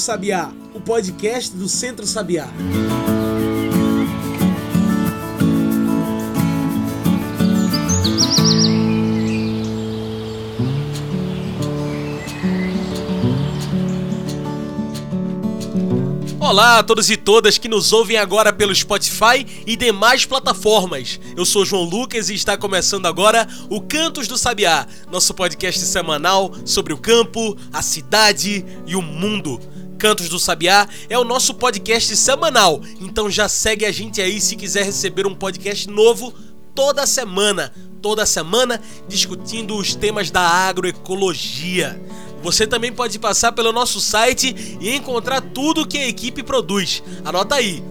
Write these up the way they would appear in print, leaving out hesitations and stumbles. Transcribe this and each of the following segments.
Sabiá, o podcast do Centro Sabiá. Olá a todos e todas que nos ouvem agora pelo Spotify e demais plataformas. Eu sou João Lucas e está começando agora o Cantos do Sabiá, nosso podcast semanal sobre o campo, a cidade e o mundo. Cantos do Sabiá é o nosso podcast semanal, então já segue a gente aí se quiser receber um podcast novo toda semana discutindo os temas da agroecologia. Você também pode passar pelo nosso site e encontrar tudo que a equipe produz. Anota aí,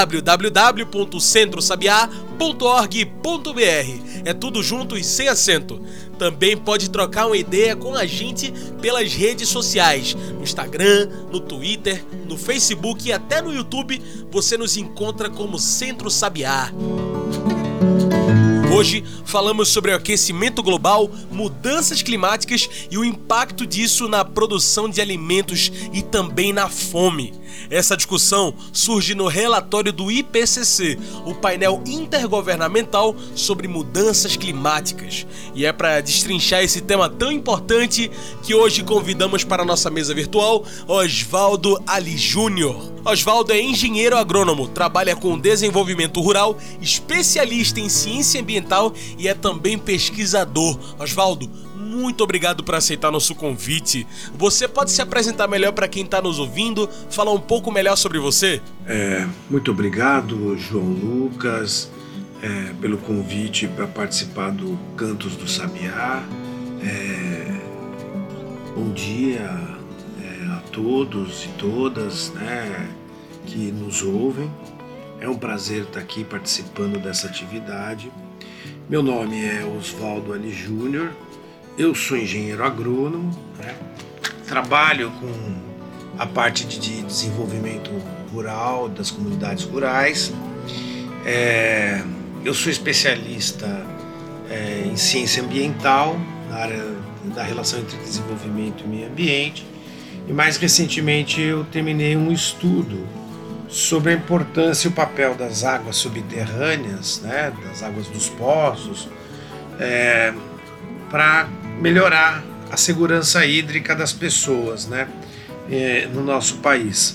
www.centrosabiá.org.br. É tudo junto e sem acento. Também pode trocar uma ideia com a gente pelas redes sociais. No Instagram, no Twitter, no Facebook e até no YouTube você nos encontra como Centro Sabiá. Hoje falamos sobre o aquecimento global, mudanças climáticas e o impacto disso na produção de alimentos e também na fome. Essa discussão surge no relatório do IPCC, o painel intergovernamental sobre mudanças climáticas. E é para destrinchar esse tema tão importante que hoje convidamos para a nossa mesa virtual Osvaldo Ali Júnior. Osvaldo é engenheiro agrônomo, trabalha com desenvolvimento rural, especialista em ciência ambiental e é também pesquisador. Osvaldo, muito obrigado por aceitar nosso convite. Você pode se apresentar melhor para quem está nos ouvindo, falar um pouco melhor sobre você? Muito obrigado, João Lucas, pelo convite para participar do Cantos do Sabiá. Bom dia a todos e todas, né, que nos ouvem. É um prazer estar aqui participando dessa atividade. Meu nome é Osvaldo Ali Júnior. Eu sou engenheiro agrônomo, né? Trabalho com a parte de desenvolvimento rural, das comunidades rurais. Eu sou especialista em ciência ambiental, na área da relação entre desenvolvimento e meio ambiente. E mais recentemente eu terminei um estudo sobre a importância e o papel das águas subterrâneas, né? Das águas dos poços, para melhorar a segurança hídrica das pessoas, né, no nosso país.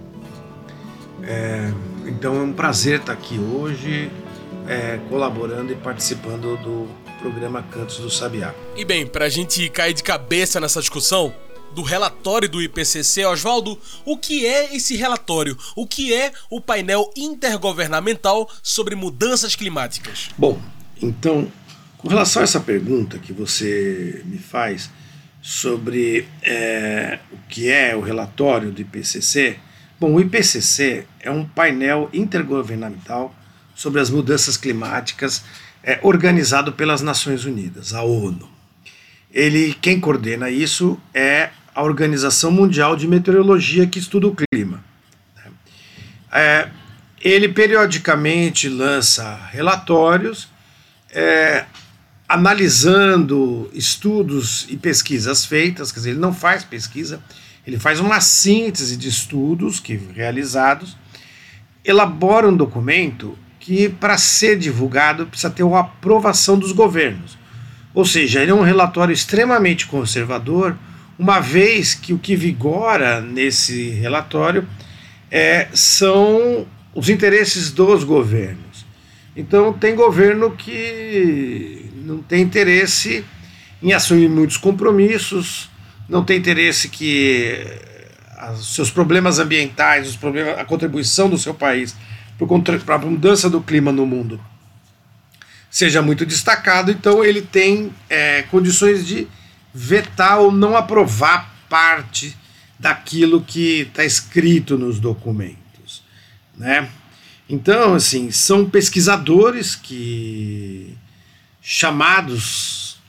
Então é um prazer estar aqui hoje, colaborando e participando do programa Cantos do Sabiá. E bem, para a gente cair de cabeça nessa discussão do relatório do IPCC, Osvaldo, o que é esse relatório? O que é o painel intergovernamental sobre mudanças climáticas? Bom, então, com relação a essa pergunta que você me faz sobre o que é o relatório do IPCC, bom, o IPCC é um painel intergovernamental sobre as mudanças climáticas organizado pelas Nações Unidas, a ONU. Quem coordena isso é a Organização Mundial de Meteorologia, que estuda o clima. Ele periodicamente lança relatórios analisando estudos e pesquisas feitas, quer dizer, ele não faz pesquisa, ele faz uma síntese de estudos realizados, elabora um documento que, para ser divulgado, precisa ter uma aprovação dos governos. Ou seja, ele é um relatório extremamente conservador, uma vez que o que vigora nesse relatório são os interesses dos governos. Então, tem governo que não tem interesse em assumir muitos compromissos, não tem interesse que os seus problemas ambientais, a contribuição do seu país para a mudança do clima no mundo seja muito destacado, então ele tem condições de vetar ou não aprovar parte daquilo que está escrito nos documentos, né? Então, assim, são pesquisadores chamados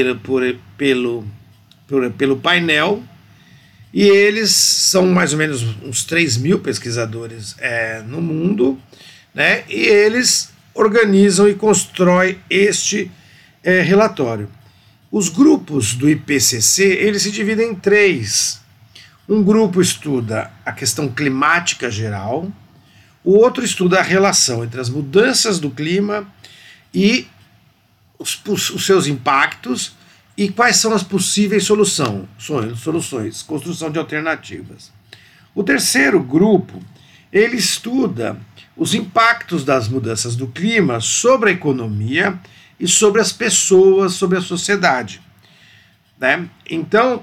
pelo painel, e eles são mais ou menos uns 3.000 pesquisadores no mundo, né? E eles organizam e constroem este relatório. Os grupos do IPCC, eles se dividem em três. Um grupo estuda a questão climática geral, o outro estuda a relação entre as mudanças do clima e os seus impactos e quais são as possíveis soluções, construção de alternativas. O terceiro grupo, ele estuda os impactos das mudanças do clima sobre a economia e sobre as pessoas, sobre a sociedade. Né? Então,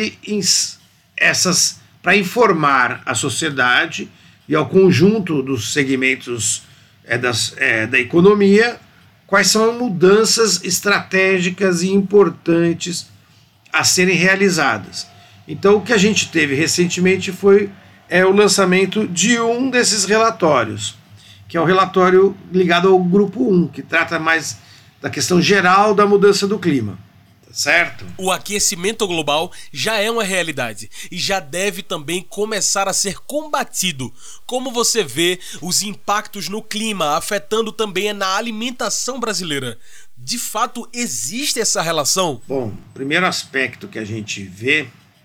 para informar a sociedade e ao conjunto dos segmentos da economia, quais são as mudanças estratégicas e importantes a serem realizadas. Então, o que a gente teve recentemente foi o lançamento de um desses relatórios, que é o relatório ligado ao Grupo 1, que trata mais da questão geral da mudança do clima. Certo? O aquecimento global já é uma realidade e já deve também começar a ser combatido. Como você vê os impactos no clima afetando também na alimentação brasileira? De fato, existe essa relação? Bom, o primeiro aspecto que a gente vê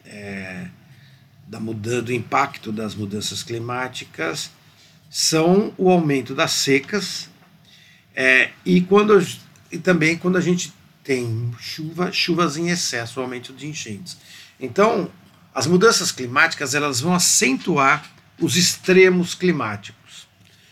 do impacto das mudanças climáticas são o aumento das secas e também quando a gente tem chuvas em excesso, aumento de enchentes. Então, as mudanças climáticas elas vão acentuar os extremos climáticos.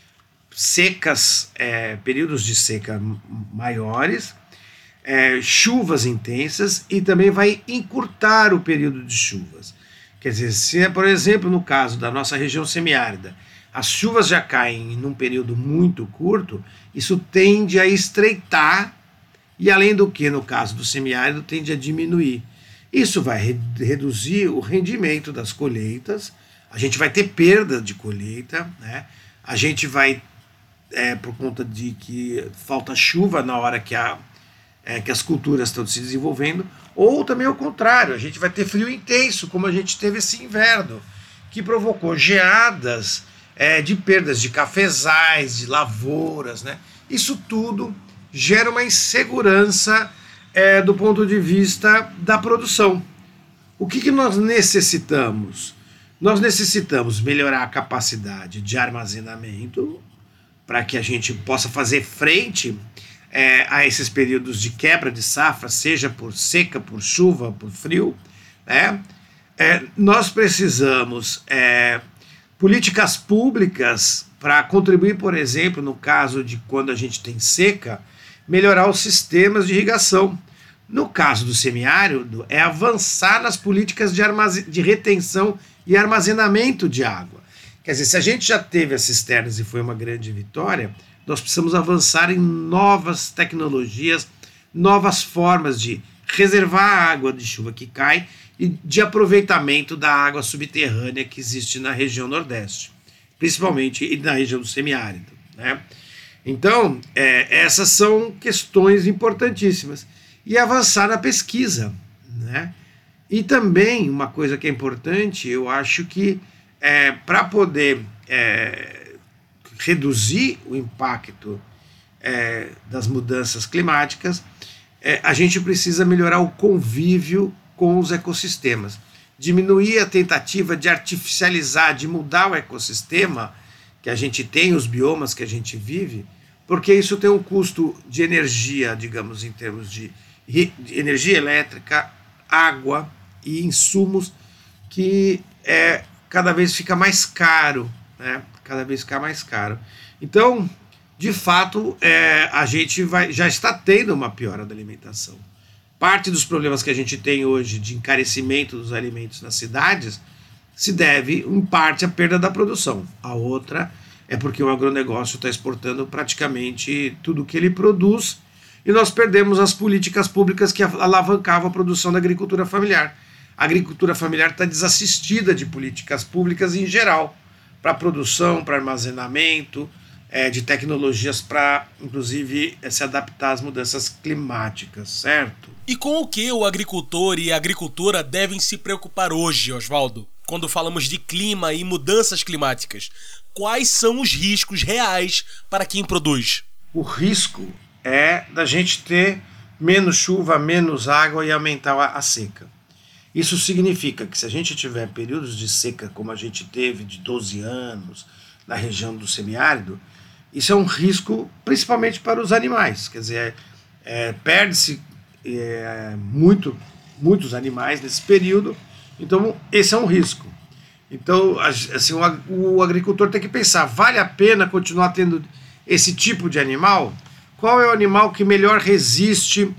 Secas, períodos de seca maiores, chuvas intensas e também vai encurtar o período de chuvas. Quer dizer, se por exemplo, no caso da nossa região semiárida, as chuvas já caem num período muito curto, isso tende a estreitar e, além do que, no caso do semiárido, tende a diminuir. Isso vai reduzir o rendimento das colheitas, a gente vai ter perda de colheita, né? A gente vai, por conta de que falta chuva na hora que as culturas estão se desenvolvendo, ou também ao contrário, a gente vai ter frio intenso, como a gente teve esse inverno, que provocou geadas de perdas de cafezais, de lavouras, né? Isso tudo gera uma insegurança do ponto de vista da produção. O que nós necessitamos? Nós necessitamos melhorar a capacidade de armazenamento para que a gente possa fazer frente a esses períodos de quebra de safra, seja por seca, por chuva, por frio. Né? Nós precisamos políticas públicas para contribuir, por exemplo, no caso de quando a gente tem seca, melhorar os sistemas de irrigação. No caso do semiárido, avançar nas políticas de retenção e armazenamento de água. Quer dizer, se a gente já teve as cisternas e foi uma grande vitória, nós precisamos avançar em novas tecnologias, novas formas de reservar a água de chuva que cai e de aproveitamento da água subterrânea que existe na região Nordeste, principalmente e na região do semiárido, né? Então, essas são questões importantíssimas. E avançar na pesquisa, né? E também, uma coisa que é importante, eu acho que para poder reduzir o impacto das mudanças climáticas, a gente precisa melhorar o convívio com os ecossistemas. Diminuir a tentativa de artificializar, de mudar o ecossistema que a gente tem, os biomas que a gente vive, porque isso tem um custo de energia, digamos, em termos de energia elétrica, água e insumos que cada vez fica mais caro, né? Cada vez fica mais caro. Então, de fato, a gente já está tendo uma piora da alimentação. Parte dos problemas que a gente tem hoje de encarecimento dos alimentos nas cidades se deve, em parte, à perda da produção. A outra é porque o agronegócio está exportando praticamente tudo que ele produz e nós perdemos as políticas públicas que alavancavam a produção da agricultura familiar. A agricultura familiar está desassistida de políticas públicas em geral, para produção, para armazenamento, de tecnologias para, inclusive, se adaptar às mudanças climáticas, certo? E com o que o agricultor e a agricultora devem se preocupar hoje, Oswaldo? Quando falamos de clima e mudanças climáticas, quais são os riscos reais para quem produz? O risco é da gente ter menos chuva, menos água e aumentar a seca. Isso significa que se a gente tiver períodos de seca como a gente teve de 12 anos na região do semiárido, isso é um risco principalmente para os animais. Quer dizer, perde-se muitos animais nesse período, então esse é um risco. Então, assim, o agricultor tem que pensar, vale a pena continuar tendo esse tipo de animal? Qual é o animal que melhor resiste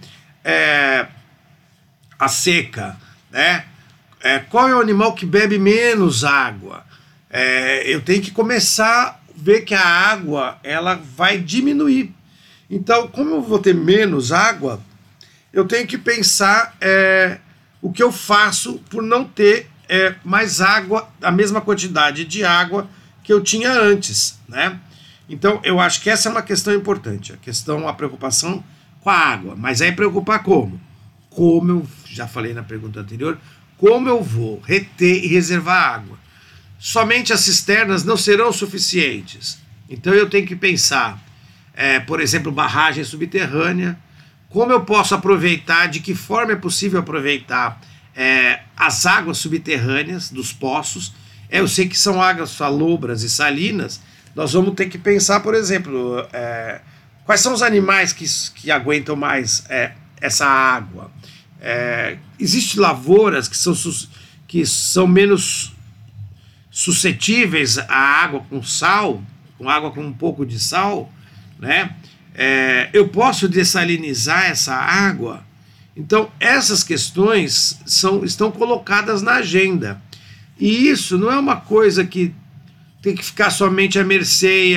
à seca? Né? Qual é o animal que bebe menos água? Eu tenho que começar a ver que a água ela vai diminuir. Então, como eu vou ter menos água, eu tenho que pensar o que eu faço por não ter mais água, a mesma quantidade de água que eu tinha antes, né? Então, eu acho que essa é uma questão importante, a preocupação com a água. Mas aí preocupar como? Como eu já falei na pergunta anterior, como eu vou reter e reservar água? Somente as cisternas não serão suficientes. Então eu tenho que pensar, por exemplo, barragem subterrânea, como eu posso aproveitar, de que forma é possível aproveitar as águas subterrâneas dos poços. Eu sei que são águas salobras e salinas, nós vamos ter que pensar, por exemplo, quais são os animais que aguentam mais essa água. Existem lavouras que são menos suscetíveis à água com sal, com água com um pouco de sal, né? Eu posso dessalinizar essa água. Então, essas questões estão colocadas na agenda. E isso não é uma coisa que tem que ficar somente à mercê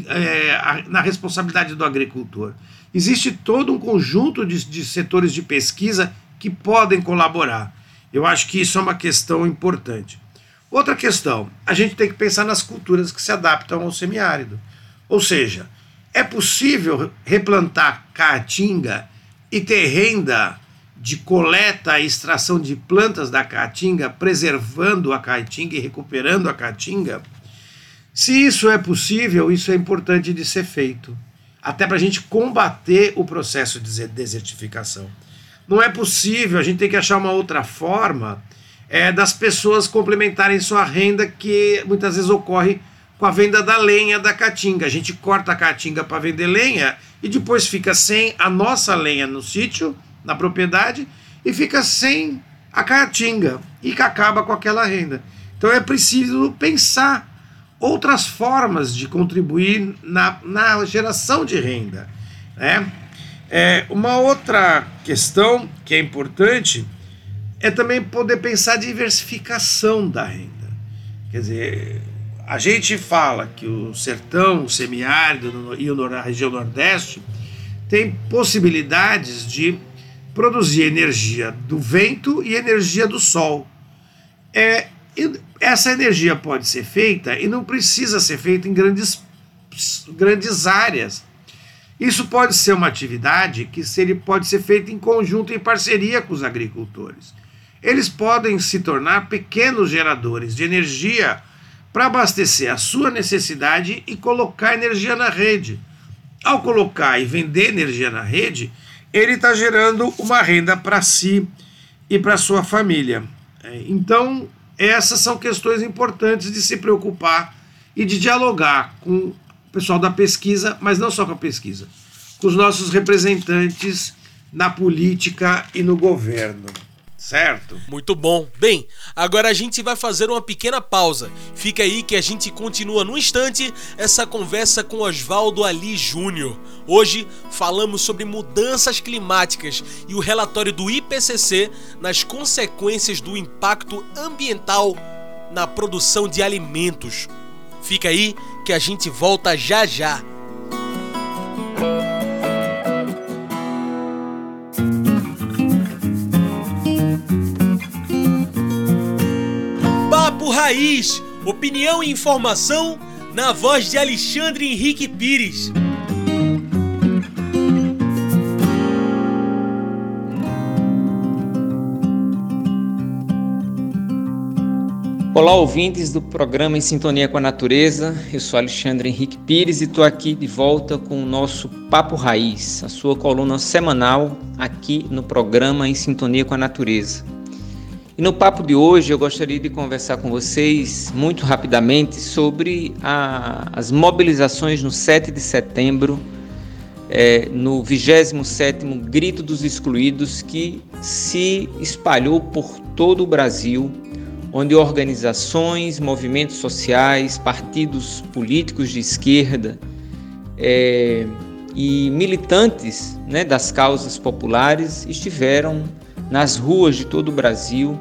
na responsabilidade do agricultor. Existe todo um conjunto de setores de pesquisa que podem colaborar. Eu acho que isso é uma questão importante. Outra questão, a gente tem que pensar nas culturas que se adaptam ao semiárido. Ou seja, é possível replantar caatinga e ter renda de coleta e extração de plantas da caatinga, preservando a caatinga e recuperando a caatinga? Se isso é possível, isso é importante de ser feito, até para a gente combater o processo de desertificação. Não é possível, a gente tem que achar uma outra forma das pessoas complementarem sua renda, que muitas vezes ocorre com a venda da lenha da caatinga. A gente corta a caatinga para vender lenha e depois fica sem a nossa lenha no sítio, na propriedade, e fica sem a caatinga e que acaba com aquela renda. Então é preciso pensar outras formas de contribuir na geração de renda, né? Uma outra questão que é importante é também poder pensar a diversificação da renda. Quer dizer, a gente fala que o sertão, o semiárido e a região nordeste tem possibilidades de produzir energia do vento e energia do sol. Essa energia pode ser feita e não precisa ser feita em grandes áreas. Isso pode ser uma atividade que pode ser feita em conjunto, em parceria com os agricultores. Eles podem se tornar pequenos geradores de energia para abastecer a sua necessidade e colocar energia na rede. Ao colocar e vender energia na rede, ele está gerando uma renda para si e para sua família. Então, essas são questões importantes de se preocupar e de dialogar com o pessoal da pesquisa, mas não só com a pesquisa, com os nossos representantes na política e no governo. Certo? Muito bom. Bem, agora a gente vai fazer uma pequena pausa. Fica aí que a gente continua no instante essa conversa com Oswaldo Ali Júnior. Hoje falamos sobre mudanças climáticas e o relatório do IPCC nas consequências do impacto ambiental na produção de alimentos. Fica aí que a gente volta já já. Papo Raiz, opinião e informação na voz de Alexandre Henrique Pires. Olá, ouvintes do programa Em Sintonia com a Natureza. Eu sou Alexandre Henrique Pires e estou aqui de volta com o nosso Papo Raiz, a sua coluna semanal aqui no programa Em Sintonia com a Natureza. E no papo de hoje eu gostaria de conversar com vocês muito rapidamente sobre as mobilizações no 7 de setembro, no 27º Grito dos Excluídos, que se espalhou por todo o Brasil, onde organizações, movimentos sociais, partidos políticos de esquerda e militantes, né, das causas populares estiveram nas ruas de todo o Brasil,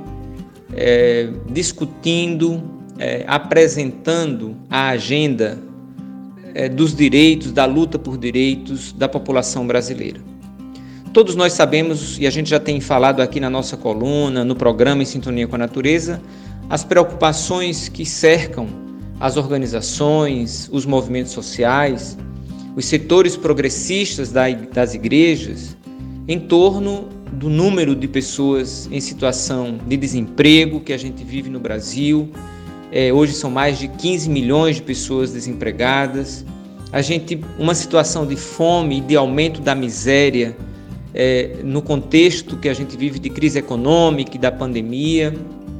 discutindo, apresentando a agenda dos direitos, da luta por direitos da população brasileira. Todos nós sabemos, e a gente já tem falado aqui na nossa coluna, no programa Em Sintonia com a Natureza, as preocupações que cercam as organizações, os movimentos sociais, os setores progressistas das igrejas, em torno do número de pessoas em situação de desemprego que a gente vive no Brasil. Hoje são mais de 15 milhões de pessoas desempregadas. Uma situação de fome e de aumento da miséria no contexto que a gente vive de crise econômica e da pandemia.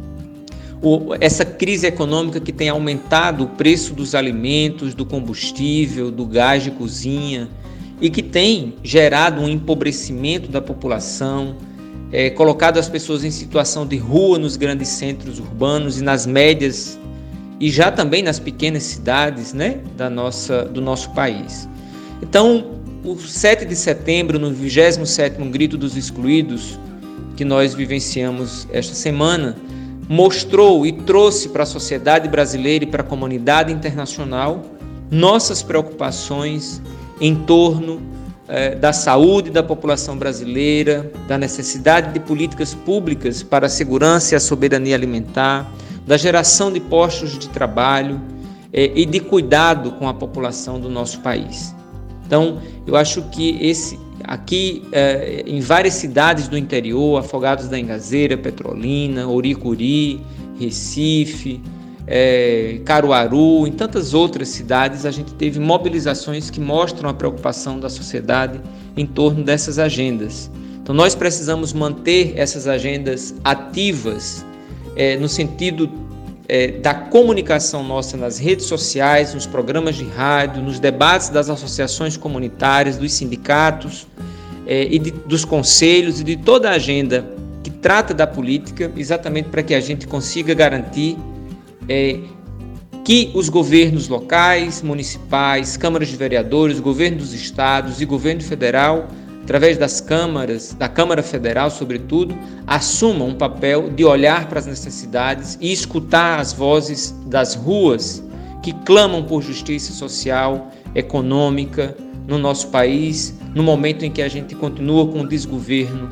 Essa crise econômica que tem aumentado o preço dos alimentos, do combustível, do gás de cozinha, e que tem gerado um empobrecimento da população, colocado as pessoas em situação de rua nos grandes centros urbanos e nas médias, e já também nas pequenas cidades, né, do nosso país. Então, o 7 de setembro, no 27º Grito dos Excluídos, que nós vivenciamos esta semana, mostrou e trouxe para a sociedade brasileira e para a comunidade internacional nossas preocupações em torno da saúde da população brasileira, da necessidade de políticas públicas para a segurança e a soberania alimentar, da geração de postos de trabalho e de cuidado com a população do nosso país. Então, eu acho que aqui em várias cidades do interior, Afogados da Ingazeira, Petrolina, Oricuri, Recife, Caruaru, em tantas outras cidades, a gente teve mobilizações que mostram a preocupação da sociedade em torno dessas agendas. Então, nós precisamos manter essas agendas ativas no sentido da comunicação nossa nas redes sociais, nos programas de rádio, nos debates das associações comunitárias, dos sindicatos e dos conselhos e de toda a agenda que trata da política, exatamente para que a gente consiga garantir que os governos locais, municipais, câmaras de vereadores, governo dos estados e governo federal, através das câmaras, da Câmara Federal, sobretudo, assumam um papel de olhar para as necessidades e escutar as vozes das ruas que clamam por justiça social, econômica no nosso país, no momento em que a gente continua com o desgoverno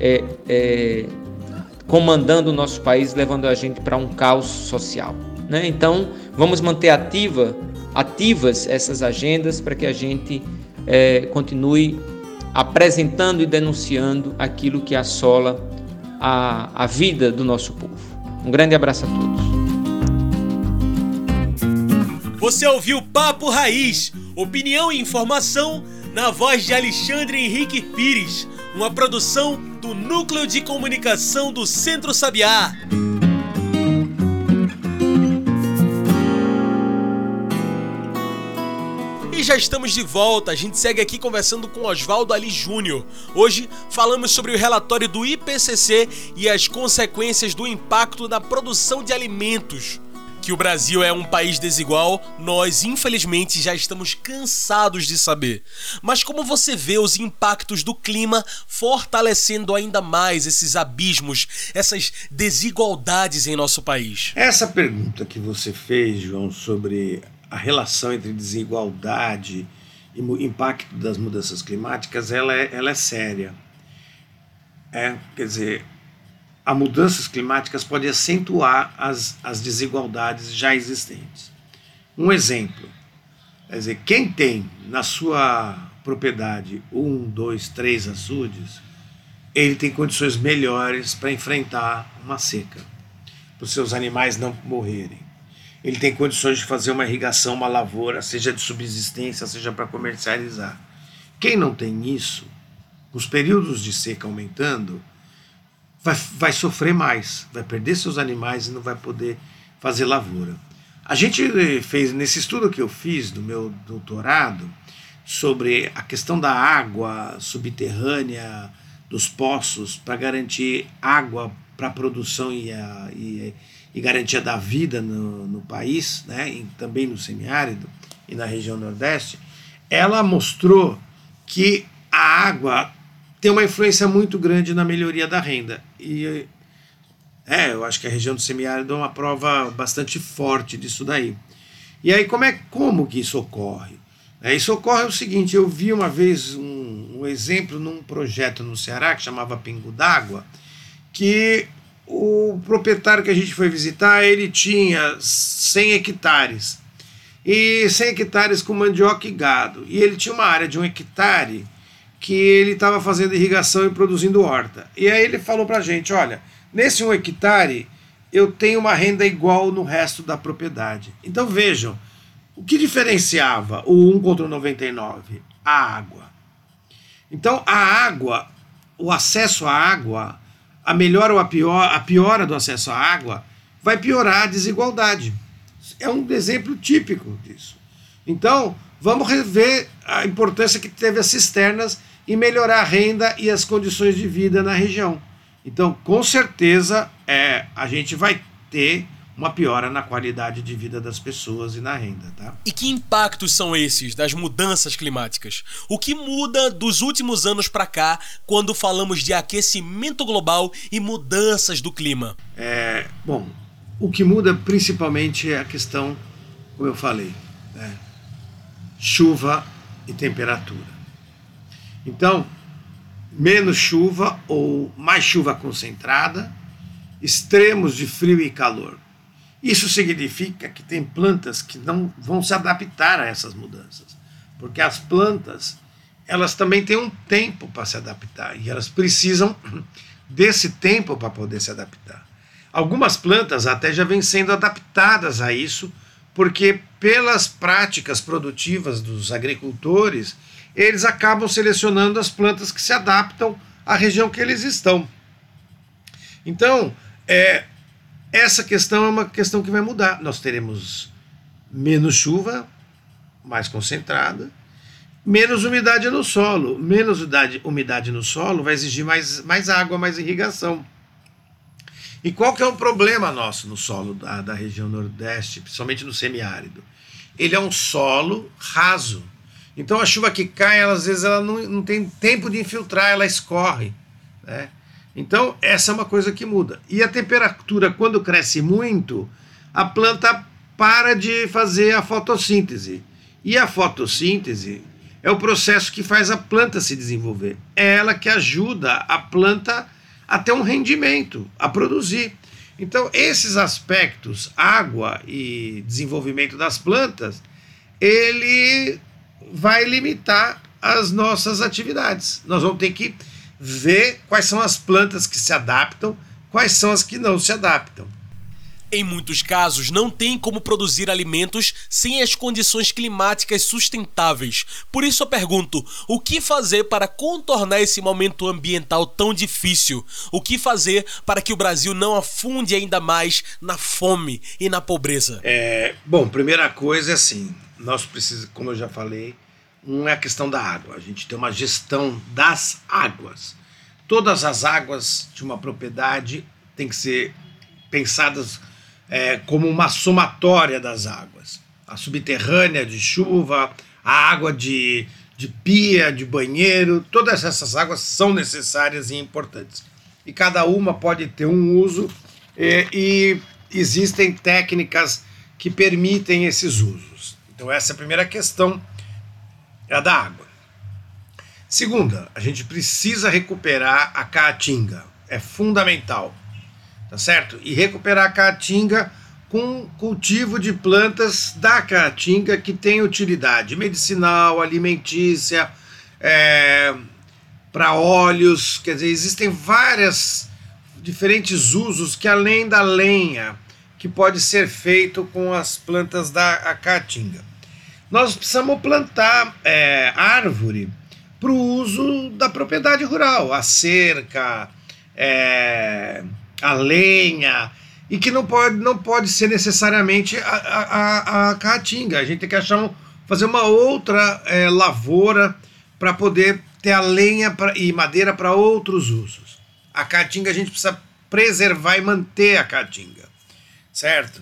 comandando o nosso país, levando a gente para um caos social, né? Então, vamos manter ativas essas agendas para que a gente continue apresentando e denunciando aquilo que assola a vida do nosso povo. Um grande abraço a todos. Você ouviu Papo Raiz, opinião e informação na voz de Alexandre Henrique Pires, uma produção do Núcleo de Comunicação do Centro Sabiá. E já estamos de volta, a gente segue aqui conversando com Oswaldo Ali Júnior. Hoje falamos sobre o relatório do IPCC e as consequências do impacto na produção de alimentos. Que o Brasil é um país desigual, nós infelizmente já estamos cansados de saber. Mas como você vê os impactos do clima fortalecendo ainda mais esses abismos, essas desigualdades em nosso país? Essa pergunta que você fez, João, sobre a relação entre desigualdade e o impacto das mudanças climáticas, ela é séria. Quer dizer, as mudanças climáticas podem acentuar as desigualdades já existentes. Um exemplo, quer dizer, quem tem na sua propriedade 1, 2, 3 açudes, ele tem condições melhores para enfrentar uma seca, para os seus animais não morrerem. Ele tem condições de fazer uma irrigação, uma lavoura, seja de subsistência, seja para comercializar. Quem não tem isso, os períodos de seca aumentando, vai sofrer mais, vai perder seus animais e não vai poder fazer lavoura. A gente fez, nesse estudo que eu fiz do meu doutorado, sobre a questão da água subterrânea dos poços para garantir água para a produção e garantia da vida no país, né, e também no semiárido e na região Nordeste, ela mostrou que a água tem uma influência muito grande na melhoria da renda. E eu acho que a região do semiárido é uma prova bastante forte disso daí. E aí, como que isso ocorre? Isso ocorre o seguinte: eu vi uma vez um exemplo num projeto no Ceará que chamava Pingo d'Água, que o proprietário que a gente foi visitar, ele tinha 100 hectares. E 100 hectares com mandioca e gado. E ele tinha uma área de 1 hectare que ele estava fazendo irrigação e produzindo horta. E aí ele falou pra gente: olha, nesse 1 hectare eu tenho uma renda igual no resto da propriedade. Então vejam, o que diferenciava o 1 contra o 99? A água. Então a água, o acesso à água, a melhora ou a piora do acesso à água vai piorar a desigualdade. É um exemplo típico disso. Então, vamos rever a importância que teve as cisternas em melhorar a renda e as condições de vida na região. Então, com certeza, a gente vai ter uma piora na qualidade de vida das pessoas e na renda, tá? E que impactos são esses das mudanças climáticas? O que muda dos últimos anos para cá quando falamos de aquecimento global e mudanças do clima? Bom, o que muda principalmente é a questão, como eu falei, chuva e temperatura. Então, menos chuva ou mais chuva concentrada, extremos de frio e calor. Isso significa que tem plantas que não vão se adaptar a essas mudanças, porque as plantas, elas também têm um tempo para se adaptar e elas precisam desse tempo para poder se adaptar. Algumas plantas até já vêm sendo adaptadas a isso, porque pelas práticas produtivas dos agricultores, eles acabam selecionando as plantas que se adaptam à região que eles estão. Então, essa questão é uma questão que vai mudar. Nós teremos menos chuva, mais concentrada, menos umidade no solo. Menos umidade no solo vai exigir mais água, mais irrigação. E qual que é o problema nosso no solo da região Nordeste, principalmente no semiárido? Ele é um solo raso. Então a chuva que cai, às vezes ela não tem tempo de infiltrar, ela escorre, né? Então essa é uma coisa que muda. E a temperatura, quando cresce muito, a planta para de fazer a fotossíntese. E a fotossíntese é o processo que faz a planta se desenvolver. É ela que ajuda a planta a ter um rendimento, a produzir. Então, esses aspectos, água e desenvolvimento das plantas, ele vai limitar as nossas atividades. Nós vamos ter que ver quais são as plantas que se adaptam, quais são as que não se adaptam. Em muitos casos, não tem como produzir alimentos sem as condições climáticas sustentáveis. Por isso eu pergunto, o que fazer para contornar esse momento ambiental tão difícil? O que fazer para que o Brasil não afunde ainda mais na fome e na pobreza? Bom, primeira coisa é assim, nós precisamos, como eu já falei, não é a questão da água, a gente tem uma gestão das águas. Todas as águas de uma propriedade têm que ser pensadas como uma somatória das águas. A subterrânea de chuva, a água de pia, de banheiro, todas essas águas são necessárias e importantes. E cada uma pode ter um uso e existem técnicas que permitem esses usos. Então essa é a primeira questão, é a da água. Segunda, a gente precisa recuperar a caatinga, é fundamental. Tá certo? E recuperar a caatinga com cultivo de plantas da caatinga que tem utilidade medicinal, alimentícia, para óleos. Quer dizer, existem vários diferentes usos que além da lenha que pode ser feito com as plantas da caatinga. Nós precisamos plantar árvore para o uso da propriedade rural, a cerca, a lenha, e que não pode ser necessariamente a caatinga. A gente tem que fazer uma outra lavoura para poder ter a lenha e madeira para outros usos. A caatinga a gente precisa preservar e manter a caatinga, certo?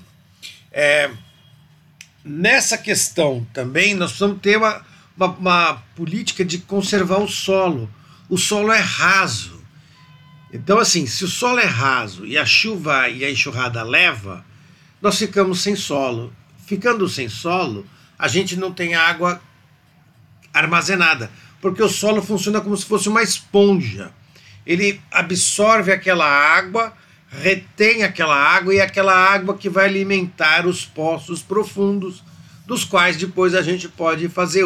Nessa questão também nós precisamos ter uma política de conservar o solo. O solo é raso. Então, assim, se o solo é raso e a chuva e a enxurrada leva, nós ficamos sem solo. Ficando sem solo, a gente não tem água armazenada, porque o solo funciona como se fosse uma esponja. Ele absorve aquela água, retém aquela água, e é aquela água que vai alimentar os poços profundos, dos quais depois a gente pode fazer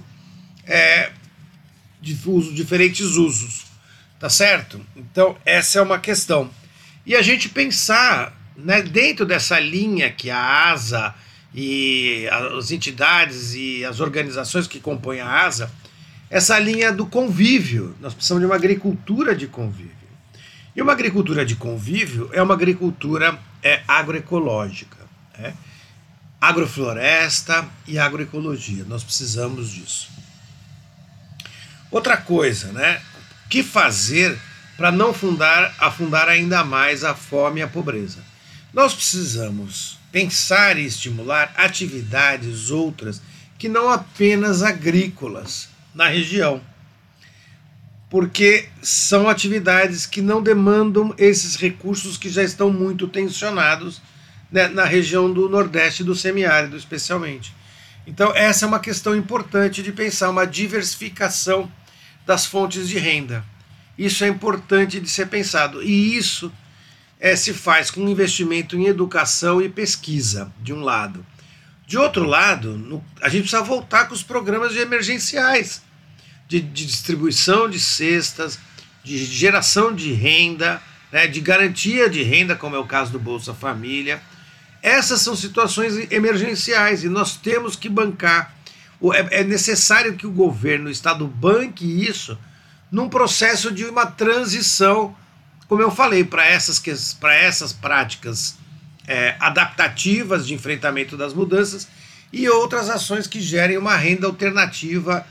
diferentes usos. Tá certo? Então, essa é uma questão. E a gente pensar, né, dentro dessa linha que a ASA e as entidades e as organizações que compõem a ASA, essa linha do convívio. Nós precisamos de uma agricultura de convívio. E uma agricultura de convívio é uma agricultura agroecológica, né? Agrofloresta e agroecologia. Nós precisamos disso. Outra coisa, né? O que fazer para não afundar ainda mais a fome e a pobreza? Nós precisamos pensar e estimular atividades outras que não apenas agrícolas na região, porque são atividades que não demandam esses recursos que já estão muito tensionados, né, na região do Nordeste e do semiárido especialmente. Então essa é uma questão importante de pensar, uma diversificação das fontes de renda. Isso é importante de ser pensado, e isso se faz com investimento em educação e pesquisa, de um lado. De outro lado, a gente precisa voltar com os programas emergenciais, de distribuição de cestas, de geração de renda, né, de garantia de renda, como é o caso do Bolsa Família. Essas são situações emergenciais e nós temos que bancar. É necessário que o governo, o Estado, banque isso num processo de uma transição, como eu falei, para essas práticas adaptativas de enfrentamento das mudanças e outras ações que gerem uma renda alternativa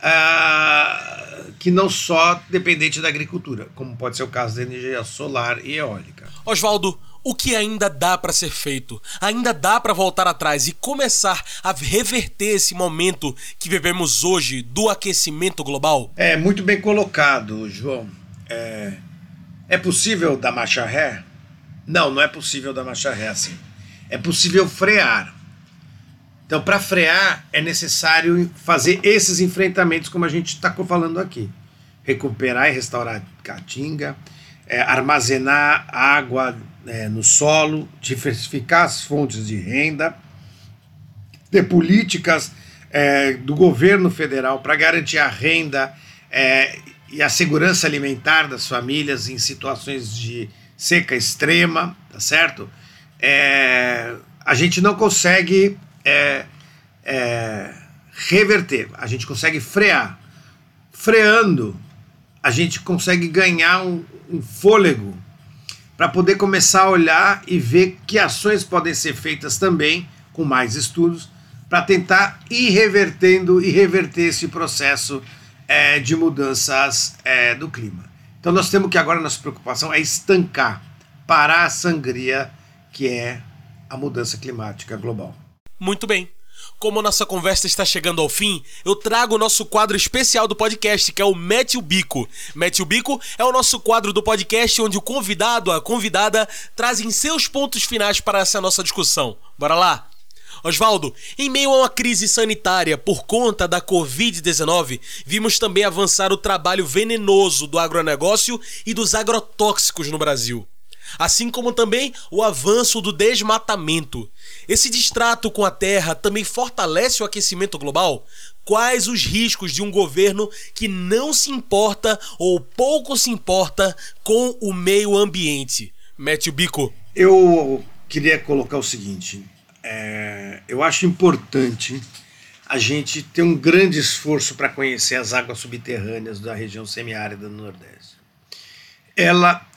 que não só dependente da agricultura, como pode ser o caso da energia solar e eólica. Oswaldo, o que ainda dá para ser feito? Ainda dá para voltar atrás e começar a reverter esse momento que vivemos hoje do aquecimento global? Muito bem colocado, João. É possível dar marcha ré? Não, não é possível dar marcha ré assim. É possível frear. Então, para frear, é necessário fazer esses enfrentamentos como a gente está falando aqui. Recuperar e restaurar a caatinga, armazenar água no solo, diversificar as fontes de renda, ter políticas do governo federal para garantir a renda e a segurança alimentar das famílias em situações de seca extrema, tá certo? A gente não consegue reverter, a gente consegue frear. Freando, a gente consegue ganhar um fôlego para poder começar a olhar e ver que ações podem ser feitas também, com mais estudos, para tentar ir revertendo e reverter esse processo de mudanças do clima. Então nós temos que agora, nossa preocupação é estancar, parar a sangria que é a mudança climática global. Muito bem. Como a nossa conversa está chegando ao fim, eu trago o nosso quadro especial do podcast, que é o Mete o Bico. Mete o Bico é o nosso quadro do podcast onde o convidado, a convidada, trazem seus pontos finais para essa nossa discussão. Bora lá? Oswaldo, em meio a uma crise sanitária por conta da Covid-19, vimos também avançar o trabalho venenoso do agronegócio e dos agrotóxicos no Brasil. Assim como também o avanço do desmatamento. Esse distrato com a terra também fortalece o aquecimento global? Quais os riscos de um governo que não se importa ou pouco se importa com o meio ambiente? Mete o bico. Eu queria colocar o seguinte, eu acho importante a gente ter um grande esforço para conhecer as águas subterrâneas da região semiárida do Nordeste. Ela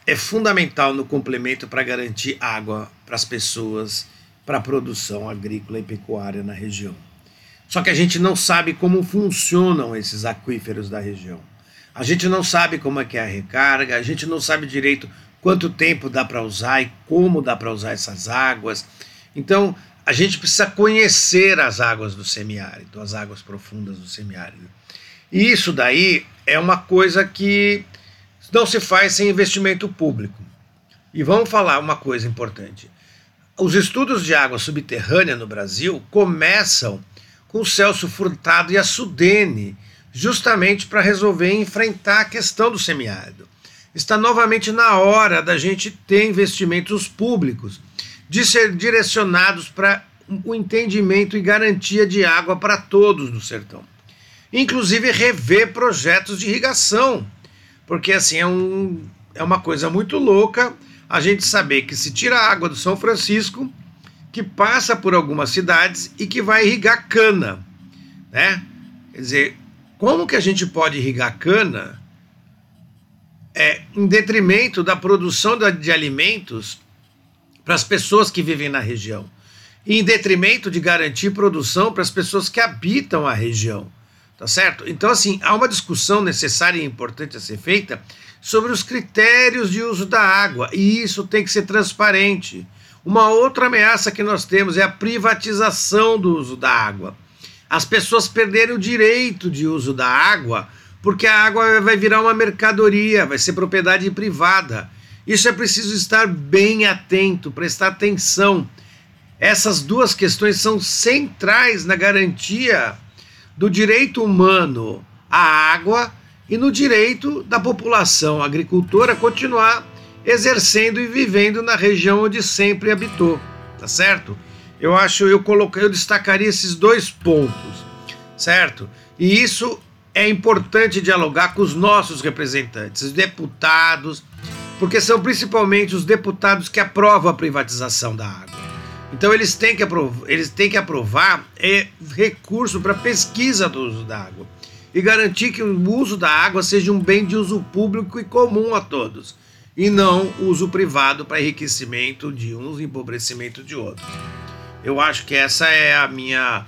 é fundamental no complemento para garantir água para as pessoas, para a produção agrícola e pecuária na região. Só que a gente não sabe como funcionam esses aquíferos da região. A gente não sabe como é que é a recarga, a gente não sabe direito quanto tempo dá para usar e como dá para usar essas águas. Então, a gente precisa conhecer as águas do semiárido, as águas profundas do semiárido. E isso daí é uma coisa que não se faz sem investimento público. E vamos falar uma coisa importante. Os estudos de água subterrânea no Brasil começam com o Celso Furtado e a Sudene, justamente para resolver enfrentar a questão do semiárido. Está novamente na hora da gente ter investimentos públicos, de ser direcionados para o entendimento e garantia de água para todos do sertão. Inclusive rever projetos de irrigação, porque assim é uma coisa muito louca a gente saber que se tira a água do São Francisco, que passa por algumas cidades e que vai irrigar cana, né? Quer dizer, como que a gente pode irrigar cana em detrimento da produção de alimentos para as pessoas que vivem na região, e em detrimento de garantir produção para as pessoas que habitam a região, tá certo? Então, assim, há uma discussão necessária e importante a ser feita sobre os critérios de uso da água, e isso tem que ser transparente. Uma outra ameaça que nós temos é a privatização do uso da água. As pessoas perderem o direito de uso da água, porque a água vai virar uma mercadoria, vai ser propriedade privada. Isso é preciso estar bem atento, prestar atenção. Essas duas questões são centrais na garantia do direito humano à água e no direito da população agricultora continuar exercendo e vivendo na região onde sempre habitou, tá certo? Eu destacaria esses dois pontos, certo? E isso é importante dialogar com os nossos representantes, os deputados, porque são principalmente os deputados que aprovam a privatização da água. Então eles têm que aprovar recurso para pesquisa do uso da água e garantir que o uso da água seja um bem de uso público e comum a todos, e não uso privado para enriquecimento de uns e empobrecimento de outros. Eu acho que essa é a minha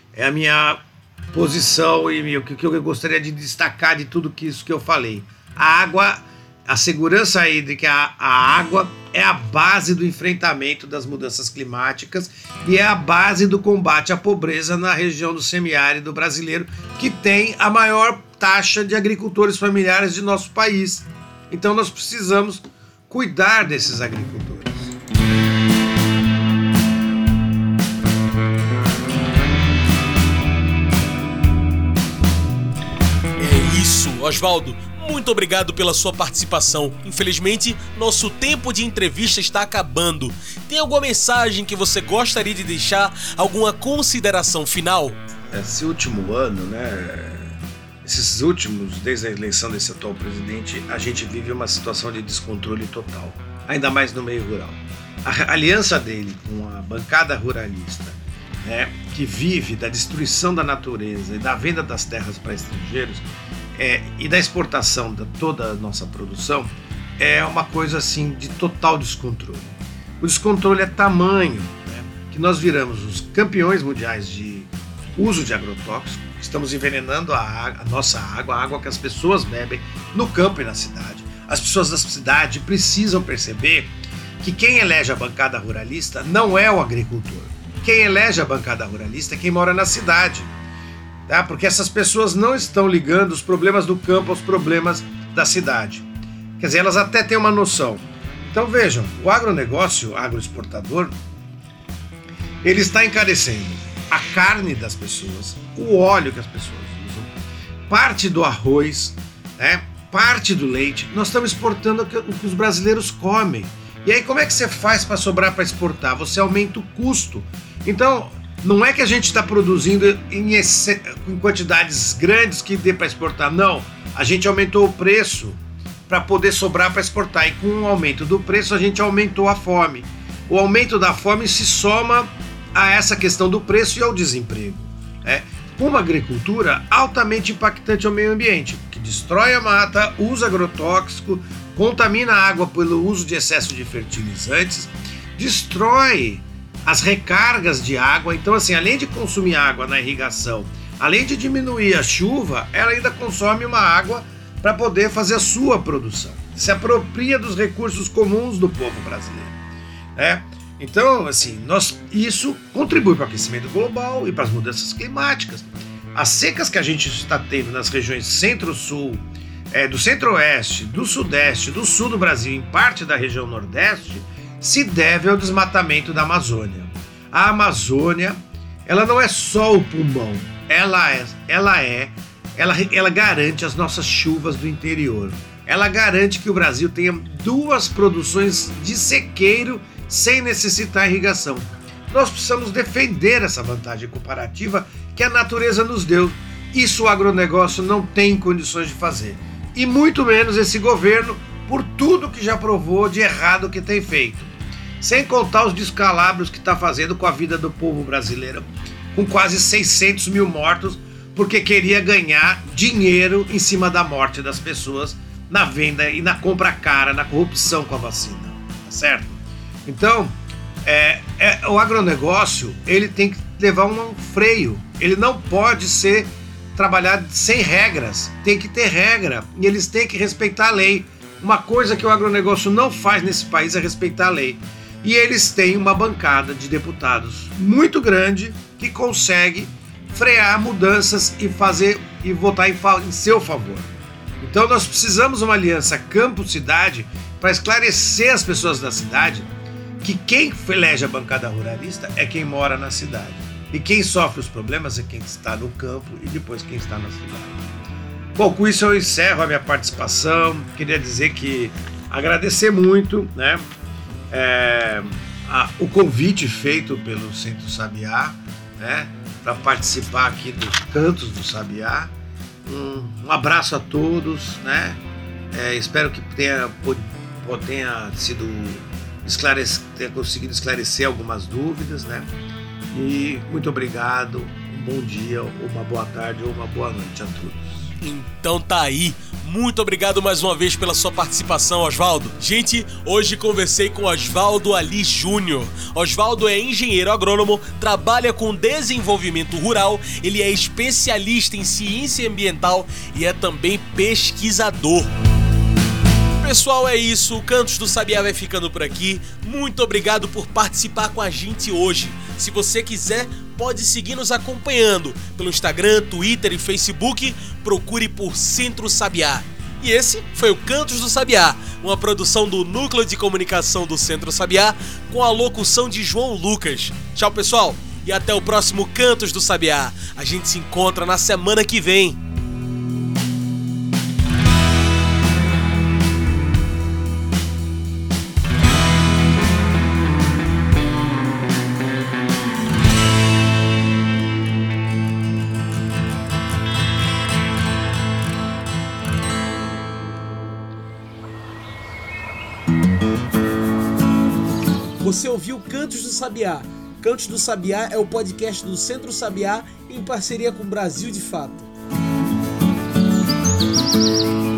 posição e o que eu gostaria de destacar de tudo isso que eu falei. A água, a segurança hídrica, a água é a base do enfrentamento das mudanças climáticas e é a base do combate à pobreza na região do semiárido brasileiro, que tem a maior taxa de agricultores familiares de nosso país. Então nós precisamos cuidar desses agricultores. É isso, Oswaldo. Muito obrigado pela sua participação. Infelizmente, nosso tempo de entrevista está acabando. Tem alguma mensagem que você gostaria de deixar? Alguma consideração final? Esse último ano, né? Esses últimos, desde a eleição desse atual presidente, a gente vive uma situação de descontrole total, ainda mais no meio rural. A aliança dele com a bancada ruralista, né, que vive da destruição da natureza e da venda das terras para estrangeiros, e da exportação de toda a nossa produção, é uma coisa assim de total descontrole. O descontrole é tamanho, né, que nós viramos os campeões mundiais de uso de agrotóxicos. Estamos envenenando a nossa água, a água que as pessoas bebem no campo e na cidade. As pessoas da cidade precisam perceber que quem elege a bancada ruralista não é o agricultor. Quem elege a bancada ruralista é quem mora na cidade. Tá? Porque essas pessoas não estão ligando os problemas do campo aos problemas da cidade. Quer dizer, elas até têm uma noção. Então vejam, o agronegócio, agroexportador, ele está encarecendo a carne das pessoas, o óleo que as pessoas usam, parte do arroz, né? Parte do leite. Nós estamos exportando o que os brasileiros comem. E aí como é que você faz para sobrar para exportar? Você aumenta o custo. Então, não é que a gente está produzindo em quantidades grandes que dê para exportar, não. A gente aumentou o preço para poder sobrar para exportar. E com o aumento do preço, a gente aumentou a fome. O aumento da fome se soma a essa questão do preço e ao desemprego. Uma agricultura altamente impactante ao meio ambiente, que destrói a mata, usa agrotóxico, contamina a água pelo uso de excesso de fertilizantes, destrói as recargas de água. Então, assim, além de consumir água na irrigação, além de diminuir a chuva, ela ainda consome uma água para poder fazer a sua produção. Se apropria dos recursos comuns do povo brasileiro, né? Então, assim, isso contribui para o aquecimento global e para as mudanças climáticas. As secas que a gente está tendo nas regiões centro-sul, do centro-oeste, do sudeste, do sul do Brasil, em parte da região nordeste, se deve ao desmatamento da Amazônia. A Amazônia, ela não é só o pulmão, ela garante as nossas chuvas do interior. Ela garante que o Brasil tenha 2 produções de sequeiro sem necessitar irrigação. Nós precisamos defender essa vantagem comparativa que a natureza nos deu. Isso o agronegócio não tem condições de fazer. E muito menos esse governo, por tudo que já provou de errado que tem feito. Sem contar os descalabros que está fazendo com a vida do povo brasileiro, com quase 600 mil mortos, porque queria ganhar dinheiro em cima da morte das pessoas na venda e na compra cara, na corrupção com a vacina, tá certo? Então, o agronegócio, ele tem que levar um freio, ele não pode ser trabalhado sem regras, tem que ter regra e eles têm que respeitar a lei. Uma coisa que o agronegócio não faz nesse país é respeitar a lei. E eles têm uma bancada de deputados muito grande que consegue frear mudanças e votar em seu favor. Então nós precisamos de uma aliança campo-cidade para esclarecer as pessoas da cidade que quem elege a bancada ruralista é quem mora na cidade. E quem sofre os problemas é quem está no campo e depois quem está na cidade. Bom, com isso eu encerro a minha participação. Queria dizer que agradecer muito, né, o convite feito pelo Centro Sabiá, né, para participar aqui dos Cantos do Sabiá. Um abraço a todos, né? Espero que tenha conseguido esclarecer algumas dúvidas, né? E muito obrigado, um bom dia, uma boa tarde ou uma boa noite a todos. Então tá aí, muito obrigado mais uma vez pela sua participação, Oswaldo. Gente, hoje conversei com Oswaldo Ali Júnior. Oswaldo é engenheiro agrônomo, trabalha com desenvolvimento rural, ele é especialista em ciência ambiental e é também pesquisador. Pessoal, é isso, o Cantos do Sabiá vai ficando por aqui. Muito obrigado por participar com a gente hoje. Se você quiser, pode seguir nos acompanhando pelo Instagram, Twitter e Facebook. Procure por Centro Sabiá. E esse foi o Cantos do Sabiá, uma produção do Núcleo de Comunicação do Centro Sabiá, com a locução de João Lucas. Tchau, pessoal, e até o próximo Cantos do Sabiá. A gente se encontra na semana que vem. Você ouviu Cantos do Sabiá. Cantos do Sabiá é o podcast do Centro Sabiá em parceria com Brasil de Fato.